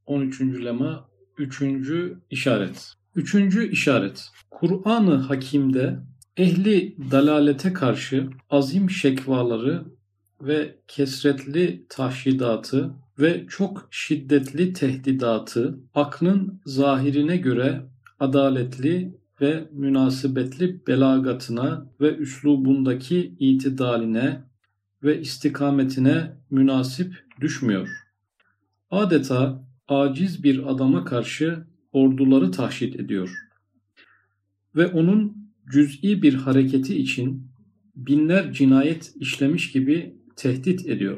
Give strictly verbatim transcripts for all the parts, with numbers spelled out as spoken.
on üçüncü lema üçüncü işaret. Üçüncü işaret. Kur'an-ı Hakîm'de ehli dalalete karşı azim şekvaları ve kesretli tahşidatı ve çok şiddetli tehdidatı aklın zahirine göre adaletli ve münasebetli belagatına ve üslubundaki itidaline ve istikametine münasip düşmüyor. Adeta aciz bir adama karşı orduları tahşid ediyor. Ve onun cüz'i bir hareketi için binler cinayet işlemiş gibi tehdit ediyor.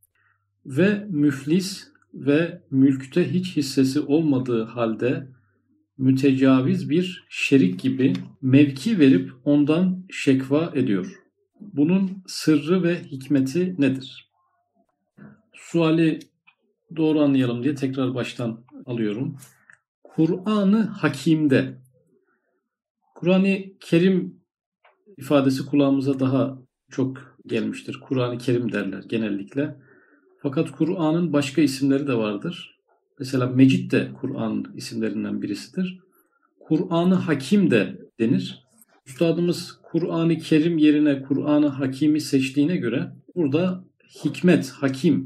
Ve müflis ve mülkte hiç hissesi olmadığı halde mütecaviz bir şerik gibi mevki verip ondan şekva ediyor. Bunun sırrı ve hikmeti nedir? Suali doğru anlayalım diye tekrar baştan alıyorum. Kur'an-ı Hakîm'de, Kur'an-ı Kerim ifadesi kulağımıza daha çok gelmiştir. Kur'an-ı Kerim derler genellikle. Fakat Kur'an'ın başka isimleri de vardır. Mesela Mecid de Kur'an isimlerinden birisidir. Kur'an-ı Hakim de denir. Üstadımız Kur'an-ı Kerim yerine Kur'an-ı Hakim'i seçtiğine göre burada hikmet, hakim,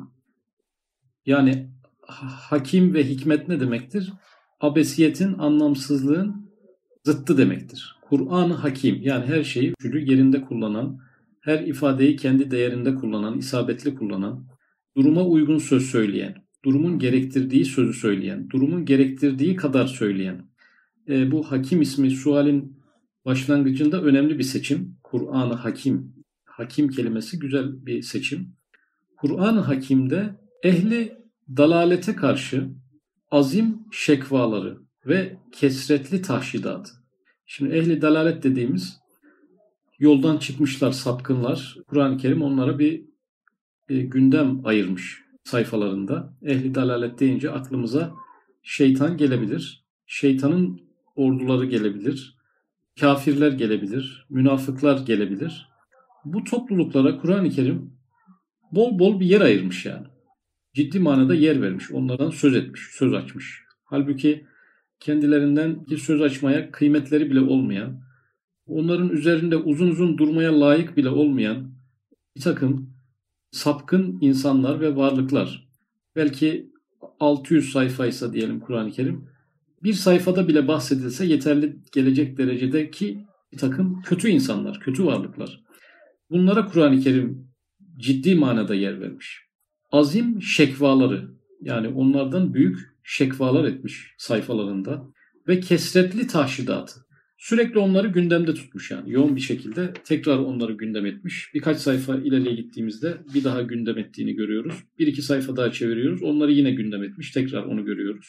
yani hakim ve hikmet ne demektir? Abesiyetin, anlamsızlığın zıttı demektir. Kur'an-ı Hakim, yani her şeyi ölçülü yerinde kullanan, her ifadeyi kendi değerinde kullanan, isabetli kullanan, duruma uygun söz söyleyen, durumun gerektirdiği sözü söyleyen, durumun gerektirdiği kadar söyleyen. E, bu Hakim ismi sualin başlangıcında önemli bir seçim. Kur'an-ı Hakim. Hakim kelimesi güzel bir seçim. Kur'an-ı Hakim'de ehli dalalete karşı azim şekvaları ve kesretli tahşidatı. Şimdi ehli dalalet dediğimiz yoldan çıkmışlar, sapkınlar. Kur'an-ı Kerim onlara bir e, gündem ayırmış sayfalarında. Ehli dalalet deyince aklımıza şeytan gelebilir. Şeytanın orduları gelebilir. Kafirler gelebilir. Münafıklar gelebilir. Bu topluluklara Kur'an-ı Kerim bol bol bir yer ayırmış yani. Ciddi manada yer vermiş. Onlardan söz etmiş, söz açmış. Halbuki kendilerinden bir söz açmaya kıymetleri bile olmayan, onların üzerinde uzun uzun durmaya layık bile olmayan bir takım sapkın insanlar ve varlıklar. Belki altı yüz sayfaysa diyelim Kur'an-ı Kerim, bir sayfada bile bahsedilse yeterli gelecek derecedeki bir takım kötü insanlar, kötü varlıklar. Bunlara Kur'an-ı Kerim ciddi manada yer vermiş. Azim şekvaları, yani onlardan büyük şekvalar etmiş sayfalarında ve kesretli tahşidatı. Sürekli onları gündemde tutmuş yani. Yoğun bir şekilde tekrar onları gündem etmiş. Birkaç sayfa ileriye gittiğimizde bir daha gündem ettiğini görüyoruz. Bir iki sayfa daha çeviriyoruz. Onları yine gündem etmiş. Tekrar onu görüyoruz.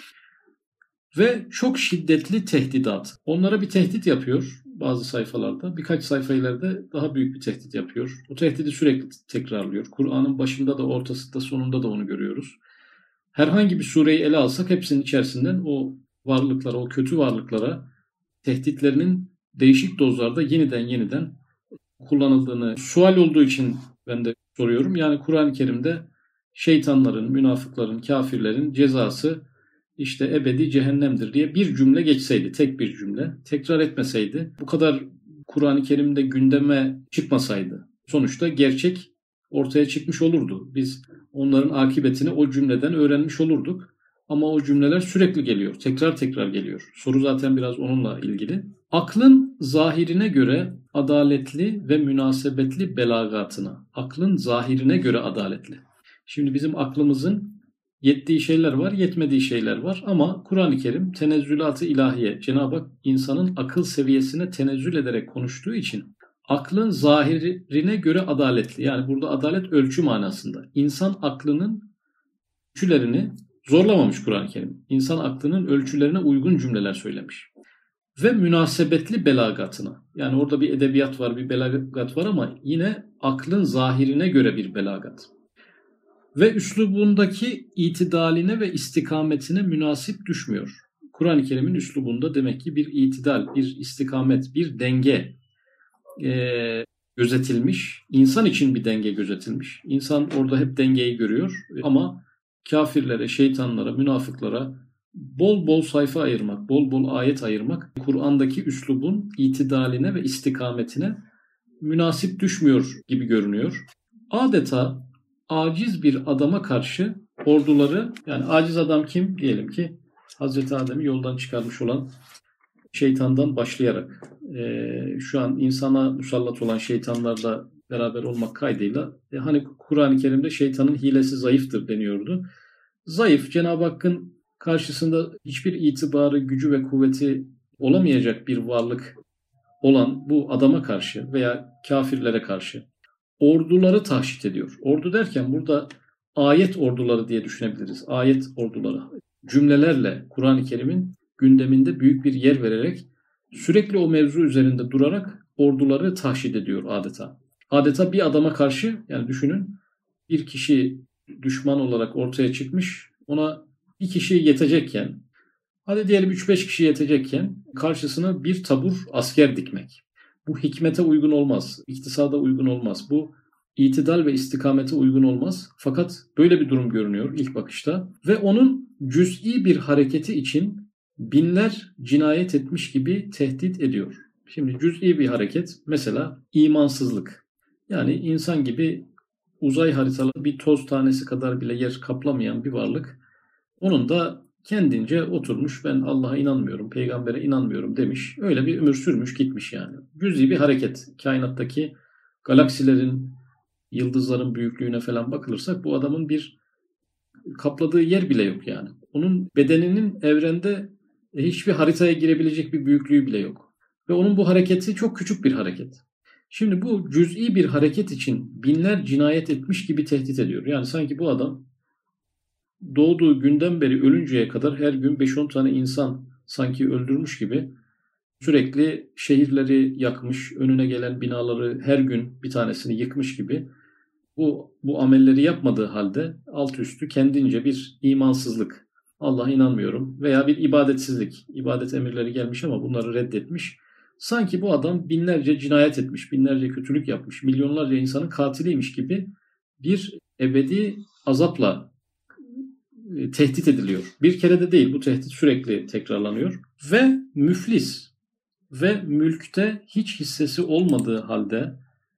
Ve çok şiddetli tehdidat. Onlara bir tehdit yapıyor bazı sayfalarda. Birkaç sayfa ileride daha büyük bir tehdit yapıyor. O tehdidi sürekli tekrarlıyor. Kur'an'ın başında da ortasında sonunda da onu görüyoruz. Herhangi bir sureyi ele alsak hepsinin içerisinden o varlıklara, o kötü varlıklara tehditlerinin değişik dozlarda yeniden yeniden kullanıldığını sual olduğu için ben de soruyorum. Yani Kur'an-ı Kerim'de şeytanların, münafıkların, kafirlerin cezası işte ebedi cehennemdir diye bir cümle geçseydi, tek bir cümle, tekrar etmeseydi, bu kadar Kur'an-ı Kerim'de gündeme çıkmasaydı, sonuçta gerçek ortaya çıkmış olurdu. Biz onların akıbetini o cümleden öğrenmiş olurduk. Ama o cümleler sürekli geliyor, tekrar tekrar geliyor. Soru zaten biraz onunla ilgili. Aklın zahirine göre adaletli ve münasebetli belagatına, aklın zahirine göre adaletli. Şimdi bizim aklımızın yettiği şeyler var, yetmediği şeyler var ama Kur'an-ı Kerim tenezzülat-ı ilahiye, Cenab-ı Hak insanın akıl seviyesine tenezzül ederek konuştuğu için aklın zahirine göre adaletli. Yani burada adalet ölçü manasında. İnsan aklının ölçülerini zorlamamış Kur'an-ı Kerim. İnsan aklının ölçülerine uygun cümleler söylemiş. Ve münasebetli belagatına. Yani orada bir edebiyat var, bir belagat var ama yine aklın zahirine göre bir belagat. Ve üslubundaki itidaline ve istikametine münasip düşmüyor. Kur'an-ı Kerim'in üslubunda demek ki bir itidal, bir istikamet, bir denge e, gözetilmiş. İnsan için bir denge gözetilmiş. İnsan orada hep dengeyi görüyor ama kafirlere, şeytanlara, münafıklara bol bol sayfa ayırmak, bol bol ayet ayırmak Kur'an'daki üslubun itidaline ve istikametine münasip düşmüyor gibi görünüyor. Adeta aciz bir adama karşı orduları, yani aciz adam kim? Diyelim ki Hazreti Adem'i yoldan çıkarmış olan şeytandan başlayarak e, şu an insana musallat olan şeytanlarla beraber olmak kaydıyla e, hani Kur'an-ı Kerim'de şeytanın hilesi zayıftır deniyordu. Zayıf, Cenab-ı Hakk'ın karşısında hiçbir itibarı, gücü ve kuvveti olamayacak bir varlık olan bu adama karşı veya kafirlere karşı orduları tahşit ediyor. Ordu derken burada ayet orduları diye düşünebiliriz. Ayet orduları. Cümlelerle Kur'an-ı Kerim'in gündeminde büyük bir yer vererek sürekli o mevzu üzerinde durarak orduları tahşit ediyor adeta. Adeta bir adama karşı, yani düşünün, bir kişi düşman olarak ortaya çıkmış, ona bir kişi yetecekken, hadi diyelim üç beş kişi yetecekken karşısına bir tabur asker dikmek. Bu hikmete uygun olmaz, iktisada uygun olmaz. Bu itidal ve istikamete uygun olmaz. Fakat böyle bir durum görünüyor ilk bakışta. Ve onun cüz'i bir hareketi için binler cinayet etmiş gibi tehdit ediyor. Şimdi cüz'i bir hareket, mesela imansızlık. Yani insan gibi uzay haritaları bir toz tanesi kadar bile yer kaplamayan bir varlık. Onun da kendince oturmuş, ben Allah'a inanmıyorum, peygambere inanmıyorum demiş. Öyle bir ömür sürmüş gitmiş yani. Cüz'i bir hareket. Kainattaki galaksilerin, yıldızların büyüklüğüne falan bakılırsak bu adamın bir kapladığı yer bile yok yani. Onun bedeninin evrende hiçbir haritaya girebilecek bir büyüklüğü bile yok. Ve onun bu hareketi çok küçük bir hareket. Şimdi bu cüz'i bir hareket için binler cinayet etmiş gibi tehdit ediyor. Yani sanki bu adam doğduğu günden beri ölünceye kadar her gün beş on tane insan sanki öldürmüş gibi sürekli şehirleri yakmış, önüne gelen binaları her gün bir tanesini yıkmış gibi bu, bu amelleri yapmadığı halde alt üstü kendince bir imansızlık, Allah'a inanmıyorum veya bir ibadetsizlik, ibadet emirleri gelmiş ama bunları reddetmiş. Sanki bu adam binlerce cinayet etmiş, binlerce kötülük yapmış, milyonlarca insanın katiliymiş gibi bir ebedi azapla tehdit ediliyor. Bir kere de değil, bu tehdit sürekli tekrarlanıyor. Ve müflis ve mülkte hiç hissesi olmadığı halde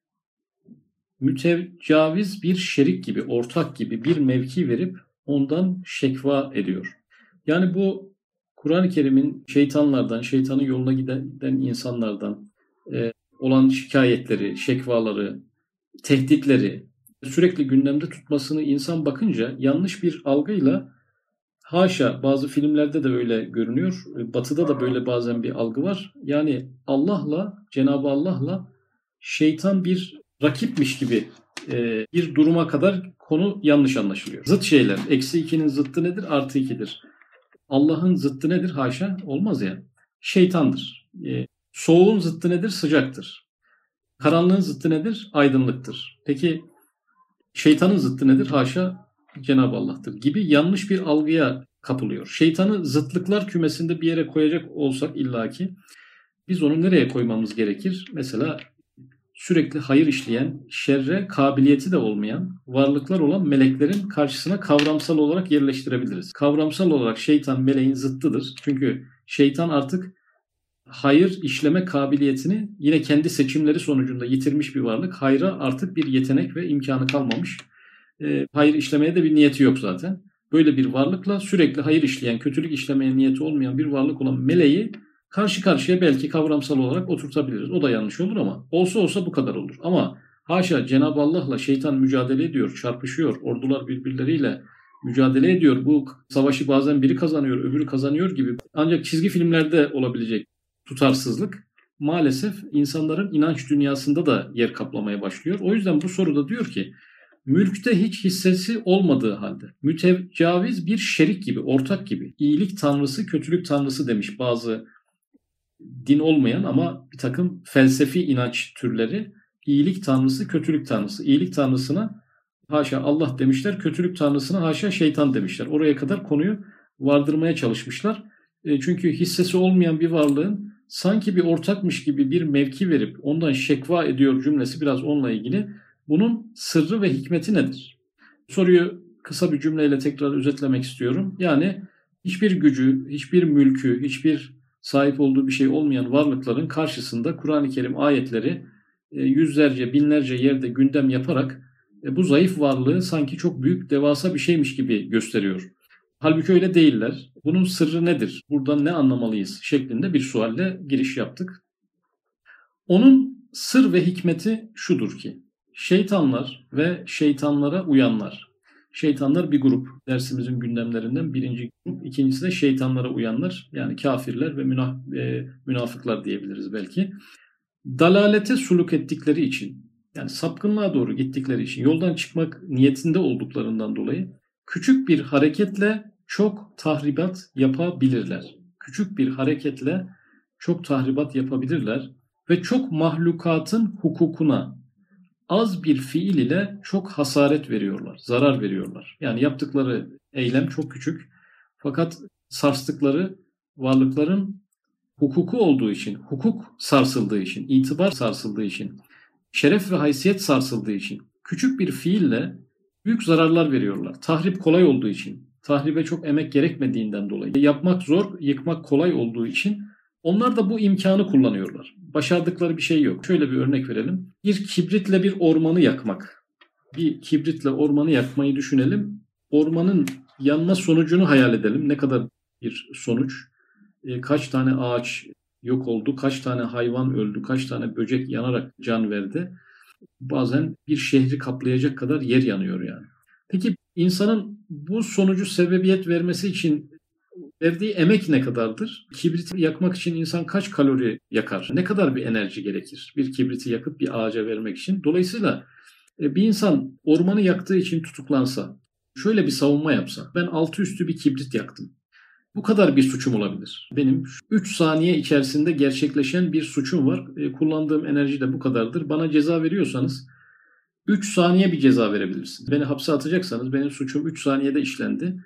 mütecaviz bir şerik gibi, ortak gibi bir mevki verip ondan şekva ediyor. Yani bu Kur'an-ı Kerim'in şeytanlardan, şeytanın yoluna giden insanlardan e, olan şikayetleri, şekvaları, tehditleri sürekli gündemde tutmasını insan bakınca yanlış bir algıyla, haşa, bazı filmlerde de öyle görünüyor, Batı'da da böyle bazen bir algı var. Yani Allah'la, Cenab-ı Allah'la şeytan bir rakipmiş gibi e, bir duruma kadar konu yanlış anlaşılıyor. Zıt şeyler. Eksi ikinin zıttı nedir? Artı ikidir. Allah'ın zıttı nedir? Haşa. Olmaz ya. Şeytandır. E, soğuğun zıttı nedir? Sıcaktır. Karanlığın zıttı nedir? Aydınlıktır. Peki şeytanın zıttı nedir? Haşa, Cenab-ı Allah'tır gibi yanlış bir algıya kapılıyor. Şeytanı zıtlıklar kümesinde bir yere koyacak olsak illaki biz onu nereye koymamız gerekir? Mesela sürekli hayır işleyen, şerre kabiliyeti de olmayan varlıklar olan meleklerin karşısına kavramsal olarak yerleştirebiliriz. Kavramsal olarak şeytan meleğin zıttıdır. Çünkü şeytan artık hayır işleme kabiliyetini yine kendi seçimleri sonucunda yitirmiş bir varlık. Hayra artık bir yetenek ve imkanı kalmamış. E, hayır işlemeye de bir niyeti yok zaten. Böyle bir varlıkla sürekli hayır işleyen, kötülük işlemeye niyeti olmayan bir varlık olan meleği karşı karşıya belki kavramsal olarak oturtabiliriz. O da yanlış olur ama olsa olsa bu kadar olur. Ama haşa, Cenab-ı Allah'la şeytan mücadele ediyor, çarpışıyor. Ordular birbirleriyle mücadele ediyor. Bu savaşı bazen biri kazanıyor, öbürü kazanıyor gibi. Ancak çizgi filmlerde olabilecek tutarsızlık maalesef insanların inanç dünyasında da yer kaplamaya başlıyor. O yüzden bu soruda diyor ki, mülkte hiç hissesi olmadığı halde mütecaviz bir şerik gibi, ortak gibi, iyilik tanrısı, kötülük tanrısı demiş bazı din olmayan ama bir takım felsefi inanç türleri, iyilik tanrısı, kötülük tanrısı. İyilik tanrısına haşa Allah demişler, kötülük tanrısına haşa şeytan demişler. Oraya kadar konuyu vardırmaya çalışmışlar. E, çünkü hissesi olmayan bir varlığın sanki bir ortakmış gibi bir mevki verip ondan şekva ediyor cümlesi biraz onunla ilgili. Bunun sırrı ve hikmeti nedir? Soruyu kısa bir cümleyle tekrar özetlemek istiyorum. Yani hiçbir gücü, hiçbir mülkü, hiçbir sahip olduğu bir şey olmayan varlıkların karşısında Kur'an-ı Kerim ayetleri yüzlerce, binlerce yerde gündem yaparak bu zayıf varlığı sanki çok büyük, devasa bir şeymiş gibi gösteriyor. Halbuki öyle değiller. Bunun sırrı nedir? Buradan ne anlamalıyız? Şeklinde bir sualle giriş yaptık. Onun sır ve hikmeti şudur ki, şeytanlar ve şeytanlara uyanlar. Şeytanlar bir grup. Dersimizin gündemlerinden birinci grup. İkincisi de şeytanlara uyanlar. Yani kafirler ve münaf- e, münafıklar diyebiliriz belki. Dalalete suluk ettikleri için, yani sapkınlığa doğru gittikleri için, yoldan çıkmak niyetinde olduklarından dolayı küçük bir hareketle çok tahribat yapabilirler. Küçük bir hareketle çok tahribat yapabilirler ve çok mahlukatın hukukuna az bir fiil ile çok hasaret veriyorlar, zarar veriyorlar. Yani yaptıkları eylem çok küçük fakat sarstıkları varlıkların hukuku olduğu için, hukuk sarsıldığı için, itibar sarsıldığı için, şeref ve haysiyet sarsıldığı için küçük bir fiille büyük zararlar veriyorlar. Tahrip kolay olduğu için, tahribe çok emek gerekmediğinden dolayı, yapmak zor, yıkmak kolay olduğu için onlar da bu imkanı kullanıyorlar. Başardıkları bir şey yok. Şöyle bir örnek verelim. Bir kibritle bir ormanı yakmak. Bir kibritle ormanı yakmayı düşünelim. Ormanın yanma sonucunu hayal edelim. Ne kadar bir sonuç? E, kaç tane ağaç yok oldu, kaç tane hayvan öldü, kaç tane böcek yanarak can verdi. Bazen bir şehri kaplayacak kadar yer yanıyor yani. Peki insanın bu sonucu sebebiyet vermesi için verdiği emek ne kadardır? Kibriti yakmak için insan kaç kalori yakar? Ne kadar bir enerji gerekir bir kibriti yakıp bir ağaca vermek için? Dolayısıyla bir insan ormanı yaktığı için tutuklansa, şöyle bir savunma yapsa, ben altı üstü bir kibrit yaktım. Bu kadar bir suçum olabilir. Benim üç saniye içerisinde gerçekleşen bir suçum var. E, kullandığım enerji de bu kadardır. Bana ceza veriyorsanız üç saniye bir ceza verebilirsiniz. Beni hapse atacaksanız benim suçum üç saniyede işlendi.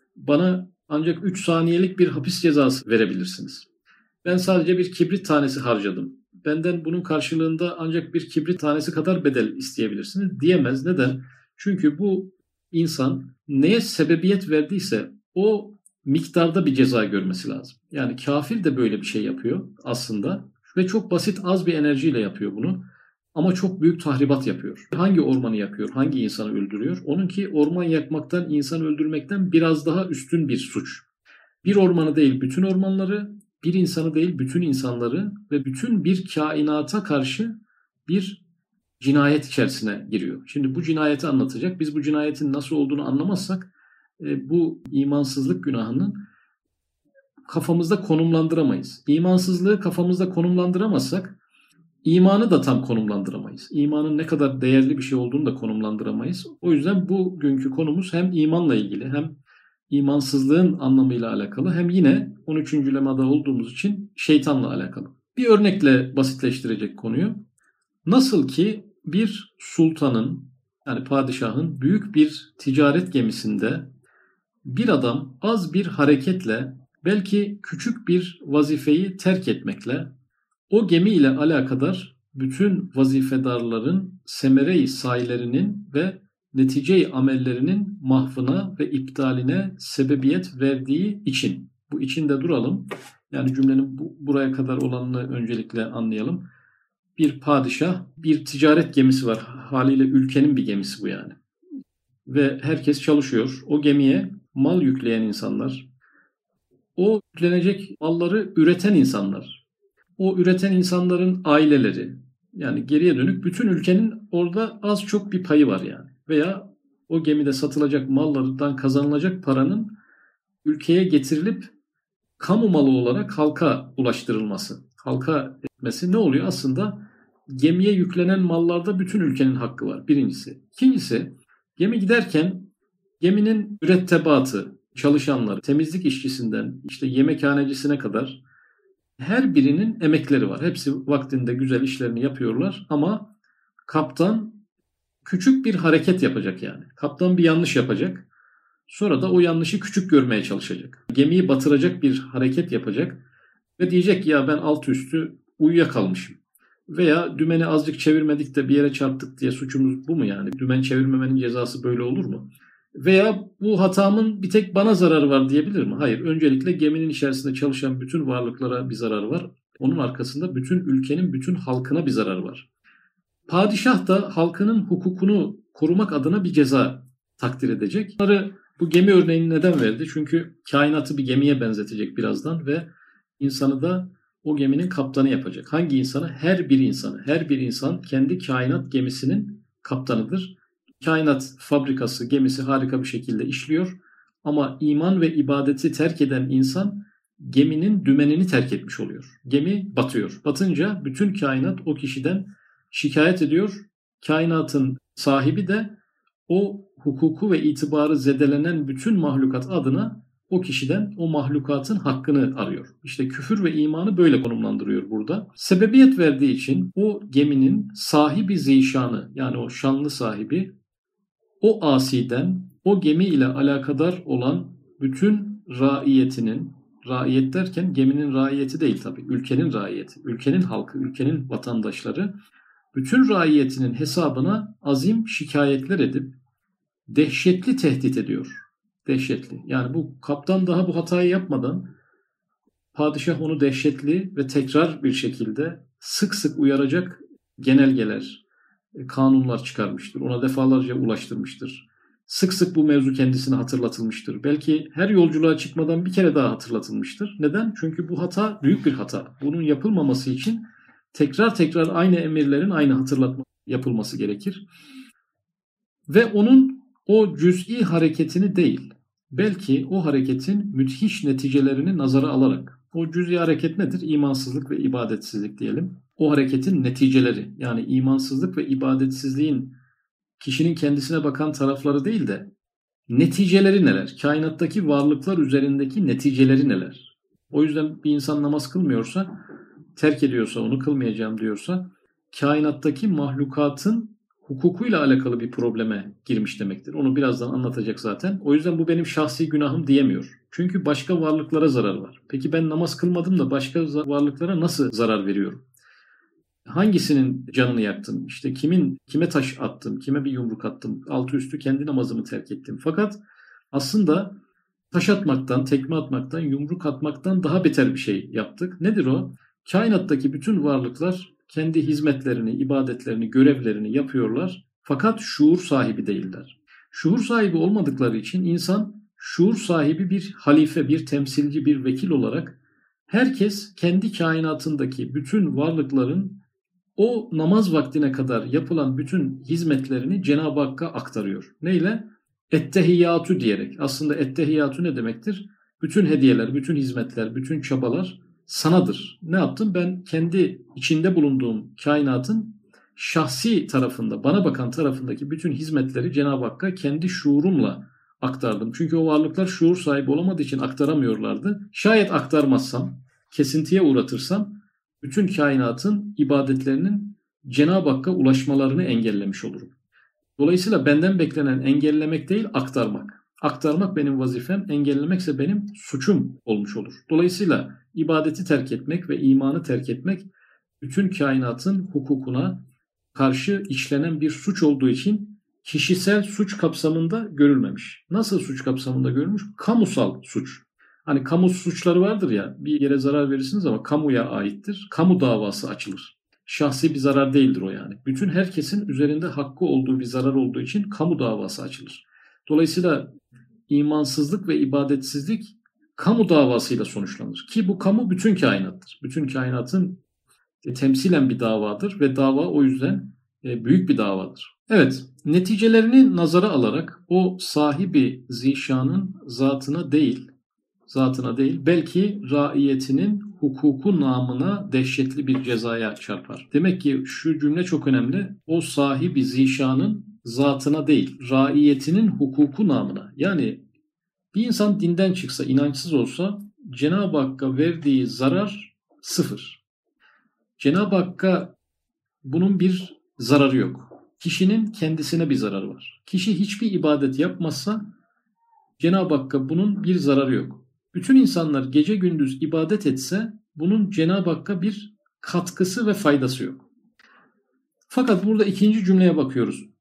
Bana ancak üç saniyelik bir hapis cezası verebilirsiniz. Ben sadece bir kibrit tanesi harcadım. Benden bunun karşılığında ancak bir kibrit tanesi kadar bedel isteyebilirsiniz diyemez. Neden? Çünkü bu insan neye sebebiyet verdiyse o miktarda bir ceza görmesi lazım. Yani kafir de böyle bir şey yapıyor aslında ve çok basit az bir enerjiyle yapıyor bunu. Ama çok büyük tahribat yapıyor. Hangi ormanı yakıyor, hangi insanı öldürüyor? Onunki orman yakmaktan, insan öldürmekten biraz daha üstün bir suç. Bir ormanı değil, bütün ormanları, bir insanı değil, bütün insanları ve bütün bir kainata karşı bir cinayet içerisine giriyor. Şimdi bu cinayeti anlatacak. Biz bu cinayetin nasıl olduğunu anlamazsak e, bu imansızlık günahının kafamızda konumlandıramayız. İmansızlığı kafamızda konumlandıramazsak İmanı da tam konumlandıramayız. İmanın ne kadar değerli bir şey olduğunu da konumlandıramayız. O yüzden bugünkü konumuz hem imanla ilgili hem imansızlığın anlamıyla alakalı hem yine on üçüncü lemada olduğumuz için şeytanla alakalı. Bir örnekle basitleştirecek konuyu. Nasıl ki bir sultanın yani padişahın büyük bir ticaret gemisinde bir adam az bir hareketle belki küçük bir vazifeyi terk etmekle o gemi ile alakadar bütün vazifedarların semere-i sayilerinin ve netice-i amellerinin mahvına ve iptaline sebebiyet verdiği için. Bu içinde duralım. Yani cümlenin bu, buraya kadar olanını öncelikle anlayalım. Bir padişah, bir ticaret gemisi var. Haliyle ülkenin bir gemisi bu yani. Ve herkes çalışıyor. O gemiye mal yükleyen insanlar, o yüklenecek malları üreten insanlar, o üreten insanların aileleri, yani geriye dönük bütün ülkenin orada az çok bir payı var yani. Veya o gemide satılacak mallardan kazanılacak paranın ülkeye getirilip kamu malı olarak halka ulaştırılması, halka etmesi ne oluyor? Aslında gemiye yüklenen mallarda bütün ülkenin hakkı var birincisi. İkincisi, gemi giderken geminin mürettebatı, çalışanları, temizlik işçisinden işte yemekhanecisine kadar her birinin emekleri var. Hepsi vaktinde güzel işlerini yapıyorlar ama kaptan küçük bir hareket yapacak yani. Kaptan bir yanlış yapacak. Sonra da o yanlışı küçük görmeye çalışacak. Gemiyi batıracak bir hareket yapacak ve diyecek ya ben alt üstü uyuyakalmışım. Veya dümeni azıcık çevirmedik de bir yere çarptık diye suçumuz bu mu yani? Dümen çevirmemenin cezası böyle olur mu? Veya bu hatamın bir tek bana zararı var diyebilir mi? Hayır. Öncelikle geminin içerisinde çalışan bütün varlıklara bir zararı var. Onun arkasında bütün ülkenin, bütün halkına bir zararı var. Padişah da halkının hukukunu korumak adına bir ceza takdir edecek. Bunları, bu gemi örneğini neden verdi? Çünkü kainatı bir gemiye benzetecek birazdan ve insanı da o geminin kaptanı yapacak. Hangi insanı? Her bir insanı. Her bir insan kendi kainat gemisinin kaptanıdır. Kainat fabrikası, gemisi harika bir şekilde işliyor. Ama iman ve ibadeti terk eden insan geminin dümenini terk etmiş oluyor. Gemi batıyor. Batınca bütün kainat o kişiden şikayet ediyor. Kainatın sahibi de o hukuku ve itibarı zedelenen bütün mahlukat adına o kişiden o mahlukatın hakkını arıyor. İşte küfür ve imanı böyle konumlandırıyor burada. Sebebiyet verdiği için o geminin sahibi zişanı, yani o şanlı sahibi, o asiden o gemi ile alakadar olan bütün raiyetinin, raiyet derken geminin raiyeti değil tabii, ülkenin raiyeti, ülkenin halkı, ülkenin vatandaşları, bütün raiyetinin hesabına azim şikayetler edip dehşetli tehdit ediyor. Dehşetli. Yani bu kaptan daha bu hatayı yapmadan padişah onu dehşetli ve tekrar bir şekilde sık sık uyaracak genelgeler, kanunlar çıkarmıştır. Ona defalarca ulaştırmıştır. Sık sık bu mevzu kendisine hatırlatılmıştır. Belki her yolculuğa çıkmadan bir kere daha hatırlatılmıştır. Neden? Çünkü bu hata büyük bir hata. Bunun yapılmaması için tekrar tekrar aynı emirlerin aynı hatırlatma yapılması gerekir. Ve onun o cüz'i hareketini değil, belki o hareketin müthiş neticelerini nazara alarak, o cüz'i hareket nedir? İmansızlık ve ibadetsizlik diyelim. O hareketin neticeleri, yani imansızlık ve ibadetsizliğin kişinin kendisine bakan tarafları değil de neticeleri neler? Kainattaki varlıklar üzerindeki neticeleri neler? O yüzden bir insan namaz kılmıyorsa, terk ediyorsa, onu kılmayacağım diyorsa, kainattaki mahlukatın hukukuyla alakalı bir probleme girmiş demektir. Onu birazdan anlatacak zaten. O yüzden bu benim şahsi günahım diyemiyor. Çünkü başka varlıklara zarar var. Peki ben namaz kılmadım da başka varlıklara nasıl zarar veriyorum? Hangisinin canını yaktım? İşte kimin kime taş attım? Kime bir yumruk attım? Altı üstü kendi namazımı terk ettim. Fakat aslında taş atmaktan, tekme atmaktan, yumruk atmaktan daha beter bir şey yaptık. Nedir o? Kainattaki bütün varlıklar kendi hizmetlerini, ibadetlerini, görevlerini yapıyorlar. Fakat şuur sahibi değiller. Şuur sahibi olmadıkları için insan şuur sahibi bir halife, bir temsilci, bir vekil olarak herkes kendi kainatındaki bütün varlıkların o namaz vaktine kadar yapılan bütün hizmetlerini Cenab-ı Hakk'a aktarıyor. Neyle? Ettehiyyatü diyerek. Aslında ettehiyyatü ne demektir? Bütün hediyeler, bütün hizmetler, bütün çabalar sanadır. Ne yaptım? Ben kendi içinde bulunduğum kainatın şahsi tarafında, bana bakan tarafındaki bütün hizmetleri Cenab-ı Hakk'a kendi şuurumla aktardım. Çünkü o varlıklar şuur sahibi olamadığı için aktaramıyorlardı. Şayet aktarmazsam, kesintiye uğratırsam bütün kainatın ibadetlerinin Cenab-ı Hakk'a ulaşmalarını engellemiş olurum. Dolayısıyla benden beklenen engellemek değil, aktarmak. Aktarmak benim vazifem, engellemekse benim suçum olmuş olur. Dolayısıyla ibadeti terk etmek ve imanı terk etmek bütün kainatın hukukuna karşı işlenen bir suç olduğu için kişisel suç kapsamında görülmemiş. Nasıl suç kapsamında görülmüş? Kamusal suç. Hani kamu suçları vardır ya, bir yere zarar verirsiniz ama kamuya aittir. Kamu davası açılır. Şahsi bir zarar değildir o yani. Bütün herkesin üzerinde hakkı olduğu bir zarar olduğu için kamu davası açılır. Dolayısıyla imansızlık ve ibadetsizlik kamu davasıyla sonuçlanır. Ki bu kamu bütün kainattır. Bütün kainatın temsilen bir davadır ve dava o yüzden büyük bir davadır. Evet, neticelerini nazara alarak o sahibi zişanın zatına değil, zatına değil, belki raiyetinin hukuku namına dehşetli bir cezaya çarpar. Demek ki şu cümle çok önemli. O sahibi zişanın zatına değil, raiyetinin hukuku namına. Yani bir insan dinden çıksa, inançsız olsa Cenab-ı Hakk'a verdiği zarar sıfır. Cenab-ı Hakk'a bunun bir zararı yok. Kişinin kendisine bir zararı var. Kişi hiçbir ibadet yapmazsa Cenab-ı Hakk'a bunun bir zararı yok. Bütün insanlar gece gündüz ibadet etse bunun Cenab-ı Hakk'a bir katkısı ve faydası yok. Fakat burada ikinci cümleye bakıyoruz.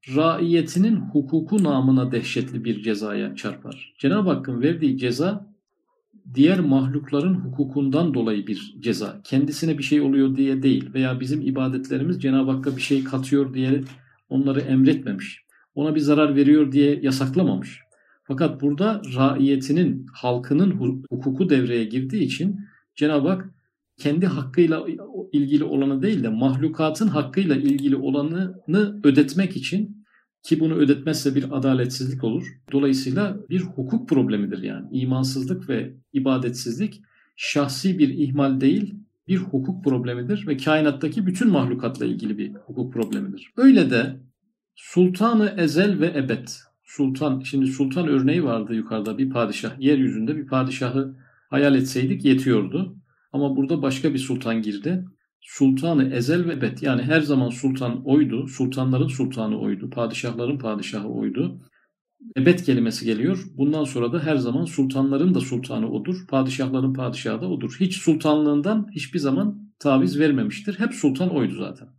raiyetinin hukuku namına dehşetli bir cezaya çarpar. Cenab-ı Hakk'ın verdiği ceza diğer mahlukların hukukundan dolayı bir ceza. Kendisine bir şey oluyor diye değil veya bizim ibadetlerimiz Cenab-ı Hakk'a bir şey katıyor diye onları emretmemiş. Ona bir zarar veriyor diye yasaklamamış. Fakat burada raiyetinin, halkının hukuku devreye girdiği için Cenab-ı Hak kendi hakkıyla ilgili olanı değil de mahlukatın hakkıyla ilgili olanını ödetmek için, ki bunu ödetmezse bir adaletsizlik olur. Dolayısıyla bir hukuk problemidir yani. İmansızlık ve ibadetsizlik şahsi bir ihmal değil, bir hukuk problemidir ve kainattaki bütün mahlukatla ilgili bir hukuk problemidir. Öyle de Sultanı Ezel ve Ebed. Sultan, şimdi sultan örneği vardı yukarıda, bir padişah. Yeryüzünde bir padişahı hayal etseydik yetiyordu. Ama burada başka bir sultan girdi. Sultanı Ezel ve Ebed, yani her zaman sultan oydu, sultanların sultanı oydu, padişahların padişahı oydu. Ebed kelimesi geliyor. Bundan sonra da her zaman sultanların da sultanı odur, padişahların padişahı da odur. Hiç sultanlığından hiçbir zaman taviz vermemiştir. Hep sultan oydu zaten.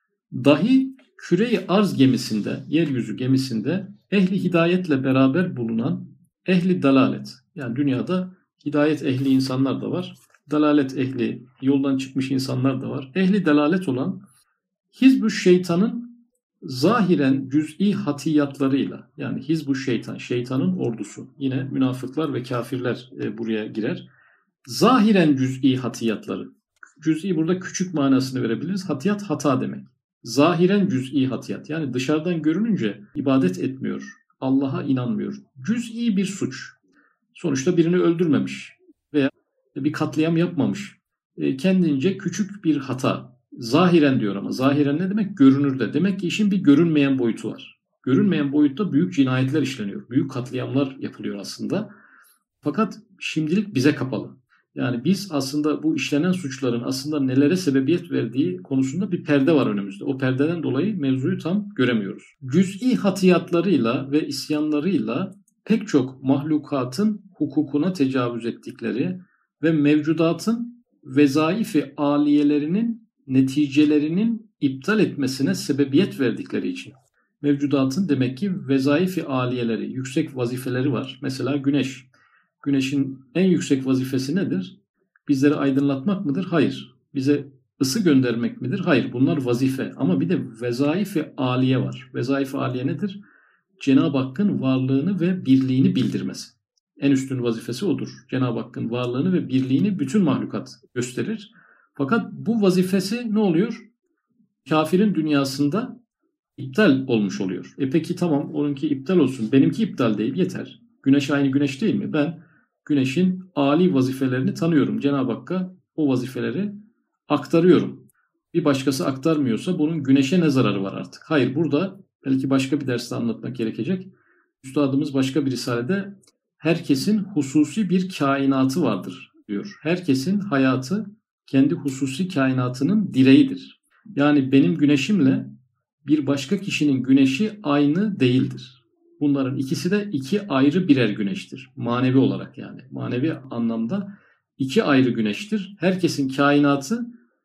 Dahi küre-i arz gemisinde, yeryüzü gemisinde ehli hidayetle beraber bulunan ehli dalalet, yani dünyada hidayet ehli insanlar da var, dalalet ehli, yoldan çıkmış insanlar da var. Ehli dalalet olan Hizb-ü Şeytan'ın zahiren cüz'i hatiyatlarıyla, yani Hizb-ü Şeytan, şeytanın ordusu, yine münafıklar ve kafirler e, buraya girer. Zahiren cüz'i hatiyatları, cüz'i burada küçük manasını verebiliriz. Hatiyat hata demek. Zahiren cüz'i hatiyat, yani dışarıdan görününce ibadet etmiyor, Allah'a inanmıyor. Cüz'i bir suç. Sonuçta birini öldürmemiş veya bir katliam yapmamış. E, kendince küçük bir hata. Zahiren diyor ama. Zahiren ne demek? Görünürde. Demek ki işin bir görünmeyen boyutu var. Görünmeyen boyutta büyük cinayetler işleniyor. Büyük katliamlar yapılıyor aslında. Fakat şimdilik bize kapalı. Yani biz aslında bu işlenen suçların aslında nelere sebebiyet verdiği konusunda bir perde var önümüzde. O perdeden dolayı mevzuyu tam göremiyoruz. Cüz'i hatiyatlarıyla ve isyanlarıyla pek çok mahlukatın hukukuna tecavüz ettikleri ve mevcudatın vezaifi aliyelerinin neticelerinin iptal etmesine sebebiyet verdikleri için. Mevcudatın demek ki vezaifi aliyeleri, yüksek vazifeleri var. Mesela güneş. Güneşin en yüksek vazifesi nedir? Bizleri aydınlatmak mıdır? Hayır. Bize ısı göndermek midir? Hayır. Bunlar vazife. Ama bir de vezaifi aliye var. Vezaifi aliye nedir? Cenab-ı Hakk'ın varlığını ve birliğini bildirmesi. En üstün vazifesi odur. Cenab-ı Hakk'ın varlığını ve birliğini bütün mahlukat gösterir. Fakat bu vazifesi ne oluyor? Kafirin dünyasında iptal olmuş oluyor. E peki tamam, onunki iptal olsun. Benimki iptal değil, yeter. Güneş aynı güneş değil mi? Ben güneşin âli vazifelerini tanıyorum. Cenab-ı Hakk'a o vazifeleri aktarıyorum. Bir başkası aktarmıyorsa bunun güneşe ne zararı var artık? Hayır, burada belki başka bir derste anlatmak gerekecek. Üstadımız başka bir risalede herkesin hususi bir kainatı vardır diyor. Herkesin hayatı kendi hususi kainatının direğidir. Yani benim güneşimle bir başka kişinin güneşi aynı değildir. Bunların ikisi de iki ayrı birer güneştir. Manevi olarak yani. Manevi anlamda iki ayrı güneştir. Herkesin kainatı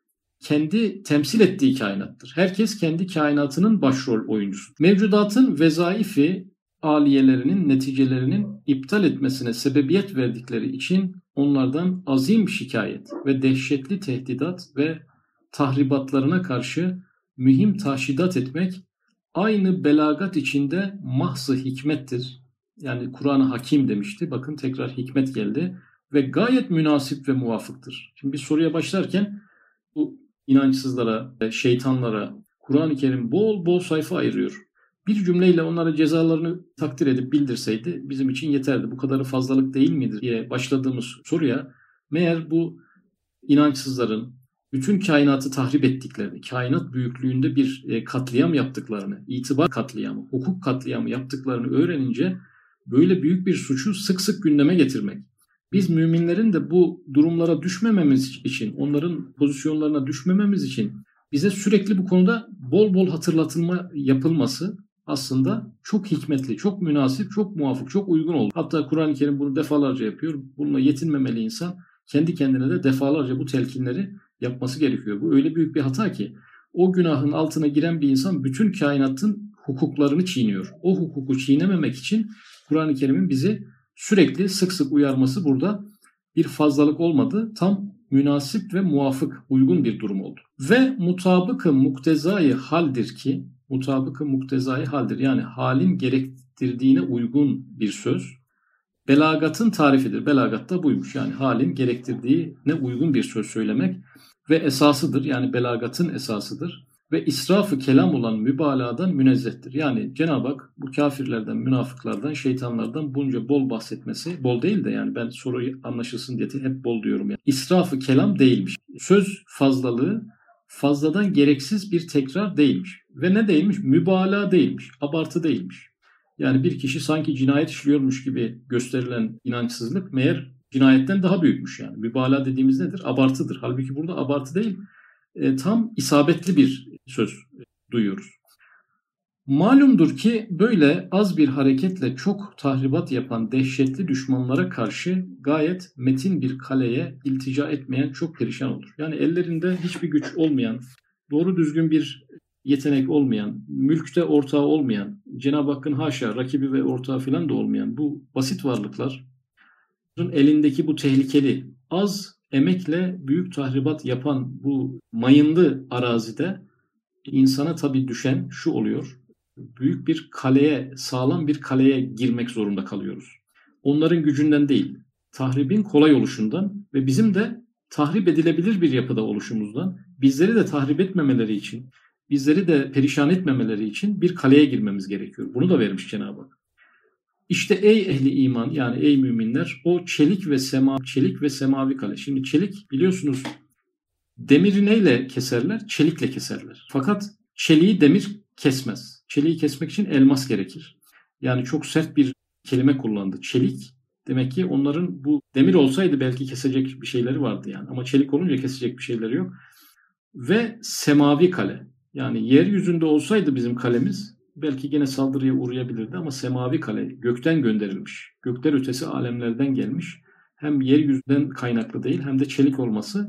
kendi temsil ettiği kainattır. Herkes kendi kainatının başrol oyuncusu. Mevcudatın vezaifi aliyelerinin neticelerinin iptal etmesine sebebiyet verdikleri için onlardan azim şikayet ve dehşetli tehdidat ve tahribatlarına karşı mühim taşidat etmek aynı belagat içinde mahz-ı hikmettir. Yani Kur'an-ı Hakim demişti. Bakın tekrar hikmet geldi ve gayet münasip ve muvafıktır. Şimdi bir soruya başlarken bu inançsızlara, şeytanlara Kur'an-ı Kerim bol bol sayfa ayırıyor. Bir cümleyle onlara cezalarını takdir edip bildirseydi bizim için yeterdi. Bu kadarı fazlalık değil midir diye başladığımız soruya meğer bu inançsızların bütün kainatı tahrip ettiklerini, kainat büyüklüğünde bir katliam yaptıklarını, itibar katliamı, hukuk katliamı yaptıklarını öğrenince böyle büyük bir suçu sık sık gündeme getirmek. Biz müminlerin de bu durumlara düşmememiz için, onların pozisyonlarına düşmememiz için bize sürekli bu konuda bol bol hatırlatılma yapılması aslında çok hikmetli, çok münasip, çok muvafık, çok uygun oldu. Hatta Kur'an-ı Kerim bunu defalarca yapıyor. Bununla yetinmemeli insan. Kendi kendine de defalarca bu telkinleri yapması gerekiyor. Bu öyle büyük bir hata ki o günahın altına giren bir insan bütün kainatın hukuklarını çiğniyor. O hukuku çiğnememek için Kur'an-ı Kerim'in bizi sürekli sık sık uyarması burada bir fazlalık olmadı. Tam münasip ve muvafık, uygun bir durum oldu. Ve mutabık-ı muktezai haldir ki, mutabık-ı muktezai haldir. Yani halin gerektirdiğine uygun bir söz. Belagatın tarifidir. Belagat da buymuş. Yani halin gerektirdiğine uygun bir söz söylemek ve esasıdır. Yani belagatın esasıdır. Ve israf-ı kelam olan mübalağadan münezzehtir. Yani Cenab-ı Hak bu kafirlerden, münafıklardan, şeytanlardan bunca bol bahsetmesi, bol değil de yani ben soruyu anlaşılsın diye hep bol diyorum. Yani. İsraf-ı kelam değilmiş. Söz fazlalığı fazladan gereksiz bir tekrar değilmiş. Ve ne değilmiş? Mübalağa değilmiş. Abartı değilmiş. Yani bir kişi sanki cinayet işliyormuş gibi gösterilen inançsızlık meğer cinayetten daha büyükmüş yani. Mübalağa dediğimiz nedir? Abartıdır. Halbuki burada abartı değil, e, tam isabetli bir söz duyuyoruz. Malumdur ki böyle az bir hareketle çok tahribat yapan dehşetli düşmanlara karşı gayet metin bir kaleye iltica etmeyen çok perişan olur. Yani ellerinde hiçbir güç olmayan, doğru düzgün bir yetenek olmayan, mülkte ortağı olmayan, Cenab-ı Hakk'ın haşa rakibi ve ortağı filan da olmayan bu basit varlıkların elindeki bu tehlikeli, az emekle büyük tahribat yapan bu mayınlı arazide insana tabii düşen şu oluyor. Büyük bir kaleye, sağlam bir kaleye girmek zorunda kalıyoruz. Onların gücünden değil, tahribin kolay oluşundan ve bizim de tahrip edilebilir bir yapıda oluşumuzdan, bizleri de tahrip etmemeleri için, bizleri de perişan etmemeleri için bir kaleye girmemiz gerekiyor. Bunu da vermiş Cenab-ı Hak. İşte ey ehli iman, yani ey müminler, o çelik ve sema, çelik ve semavi kale. Şimdi çelik biliyorsunuz demiri neyle keserler? Çelikle keserler. Fakat çeliği demir kesmez. Çeliği kesmek için elmas gerekir. Yani çok sert bir kelime kullandı. Çelik. Demek ki onların bu demir olsaydı belki kesecek bir şeyleri vardı yani. Ama çelik olunca kesecek bir şeyleri yok. Ve semavi kale. Yani yeryüzünde olsaydı bizim kalemiz belki gene saldırıya uğrayabilirdi ama semavi kale gökten gönderilmiş. Gökler ötesi alemlerden gelmiş. Hem yeryüzünden kaynaklı değil hem de çelik olması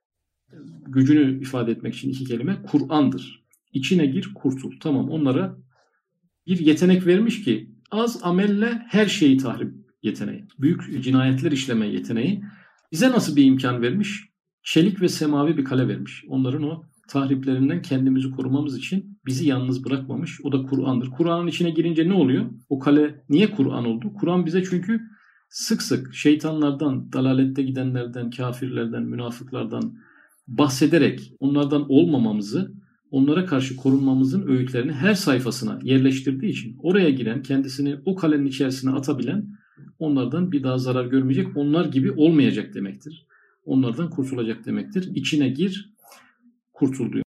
gücünü ifade etmek için iki kelime Kur'an'dır. İçine gir kurtul. Tamam, onlara bir yetenek vermiş ki az amelle her şeyi tahrip yeteneği. Büyük cinayetler işleme yeteneği. Bize nasıl bir imkan vermiş? Çelik ve semavi bir kale vermiş. Onların o tahriplerinden kendimizi korumamız için bizi yalnız bırakmamış. O da Kur'an'dır. Kur'an'ın içine girince ne oluyor? O kale niye Kur'an oldu? Kur'an bize çünkü sık sık şeytanlardan, dalalette gidenlerden, kafirlerden, münafıklardan bahsederek onlardan olmamamızı, onlara karşı korunmamızın öğütlerini her sayfasına yerleştirdiği için oraya giren, kendisini o kalenin içerisine atabilen onlardan bir daha zarar görmeyecek, onlar gibi olmayacak demektir. Onlardan kurtulacak demektir. İçine gir, kurtul diyor.